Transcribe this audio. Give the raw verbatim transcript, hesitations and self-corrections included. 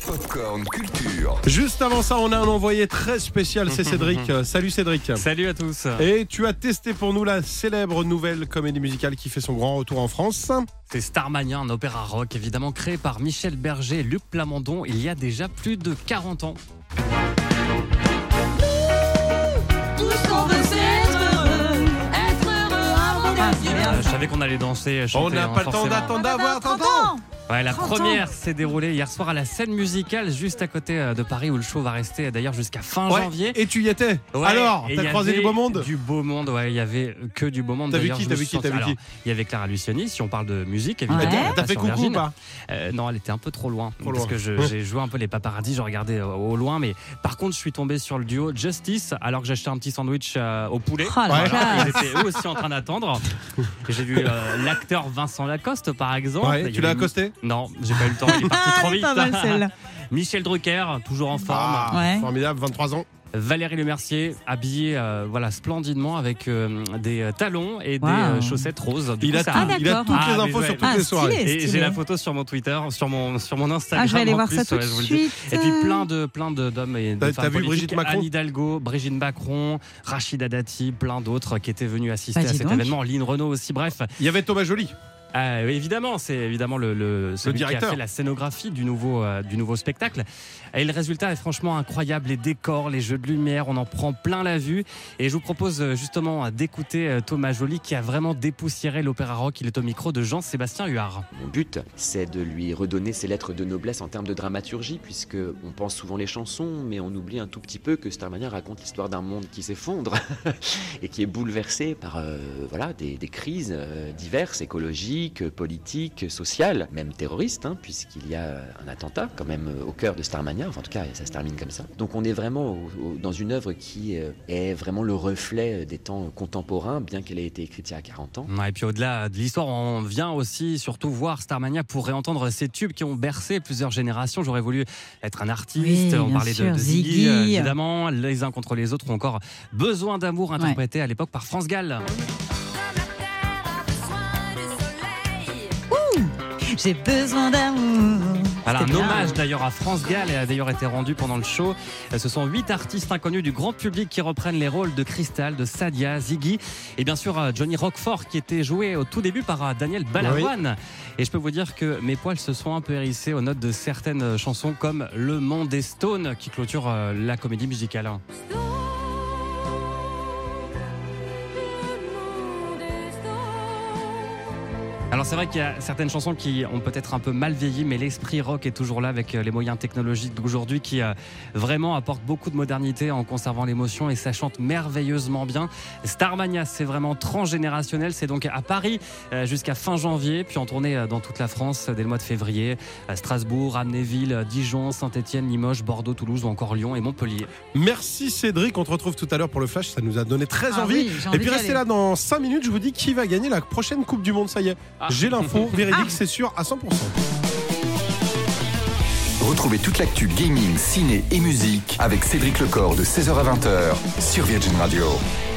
Popcorn Culture. Juste avant ça, on a un envoyé très spécial, c'est Cédric. Salut Cédric. Salut à tous. Et tu as testé pour nous la célèbre nouvelle comédie musicale qui fait son grand retour en France. C'est Starmania, un opéra rock évidemment créé par Michel Berger et Luc Plamondon il y a déjà plus de quarante ans. Je savais qu'on allait danser, chanter. On n'a pas le temps d'attendre d'avoir trente ans. Ouais, la trente première ans. s'est déroulée hier soir à la scène musicale juste à côté de Paris où le show va rester d'ailleurs jusqu'à fin Ouais, janvier. et tu y étais. Ouais, Alors, et t'as il y croisé avait du beau monde. Du beau monde, ouais, il y avait que du beau monde. T'as vu D'ailleurs, qui, je t'as me vu suis qui, t'as senti- vu qui Alors, il y avait Clara Luciani, si on parle de musique, Ouais. évidemment. T'as pas fait sur coucou ou Virgin. pas? Euh, Non, elle était un peu trop loin. Trop parce loin. que je- j'ai joué un peu les paparazzis, je regardais au, au loin. Mais par contre, je suis tombé sur le duo Justice alors que j'achetais un petit sandwich euh, au poulet. Oh la Ouais. classe. Ils étaient eux aussi en train d'attendre. Et j'ai vu euh, l'acteur Vincent Lacoste, par exemple. Ouais, Il y tu l'as avait- accosté? Non, j'ai pas eu le temps. Il est parti trop Elle est vite. pas mal, celle-là. Michel Drucker, toujours en forme. Ah, Ouais. Formidable, vingt-trois ans. Valérie Lemercier, habillée euh, voilà, splendidement avec euh, des euh, talons et des Wow. euh, chaussettes roses. Du Il coup, a, ça- tout, Ah, il a d'accord. toutes Ah, les mais infos ouais. sur toutes Ah, les soirées. stylé. Et j'ai la photo sur mon Twitter, sur mon, sur mon Instagram. Ah, je vais aller en voir plus, ça tout ouais, de je vous le dis. suite. Et puis plein de plein de d'hommes et de T'as- femmes t'as vu politiques. Brigitte Macron Anne Hidalgo, Brigitte Macron, Rachida Dati, plein d'autres qui étaient venus assister Bah, à dis cet donc. événement. Lynn Renault aussi. Bref, Il y avait Thomas Joly. euh, évidemment, c'est évidemment le, le celui qui a directeur. fait la scénographie du nouveau euh, du nouveau spectacle. Et le résultat est franchement incroyable. Les décors, les jeux de lumière, on en prend plein la vue. Et je vous propose euh, justement d'écouter euh, Thomas Joly qui a vraiment dépoussiéré l'opéra rock. Il est au micro de Jean-Sébastien Huard. Mon but, c'est de lui redonner ses lettres de noblesse en termes de dramaturgie, puisque on pense souvent les chansons, mais on oublie un tout petit peu que Starmania raconte l'histoire d'un monde qui s'effondre et qui est bouleversé par euh, voilà, des, des crises euh, diverses, écologiques, politiques, sociales, même terroristes, hein, puisqu'il y a un attentat quand même euh, au cœur de Starmania, enfin en tout cas ça se termine comme ça. Donc on est vraiment au- au- dans une œuvre qui euh, est vraiment le reflet des temps contemporains, bien qu'elle ait été écrite il y a quarante ans. Ouais, et puis au-delà de l'histoire, on vient aussi surtout voir Starmania pour réentendre ces tubes qui ont bercé plusieurs générations. J'aurais voulu être un artiste. Oui, on bien parlait de, sûr, de Ziggy, Ziggy. euh, évidemment, les uns contre les autres, ou encore Besoin d'amour, interprété à l'époque par France Gall. J'ai besoin d'amour. Alors, un C'était bien. hommage d'ailleurs à France Gall a d'ailleurs été rendu pendant le show. Ce sont huit artistes inconnus du grand public qui reprennent les rôles de Cristal, de Sadia, Ziggy et bien sûr euh, Johnny Roquefort qui était joué au tout début par euh, Daniel Balavoine. Et je peux vous dire que mes poils se sont un peu hérissés aux notes de certaines chansons comme Le Monde des Stones qui clôture euh, la comédie musicale. Alors c'est vrai qu'il y a certaines chansons qui ont peut-être un peu mal vieilli, mais l'esprit rock est toujours là avec les moyens technologiques d'aujourd'hui qui euh, vraiment apportent beaucoup de modernité en conservant l'émotion et ça chante merveilleusement bien. Starmania, c'est vraiment transgénérationnel, c'est donc à Paris euh, jusqu'à fin janvier, puis en tournée euh, dans toute la France dès le mois de février, à Strasbourg, Amnéville, Dijon, Saint-Étienne, Limoges, Bordeaux, Toulouse ou encore Lyon et Montpellier. Merci Cédric, on te retrouve tout à l'heure pour le flash, ça nous a donné très Ah envie. oui, j'ai Et envie puis d'y restez aller. là dans cinq minutes, je vous dis qui va gagner la prochaine Coupe du Monde, ça y est. Ah. J'ai l'info, véridique, c'est sûr à cent pour cent. Retrouvez toute l'actu gaming, ciné et musique avec Cédric Lecor de seize heures à vingt heures sur Virgin Radio.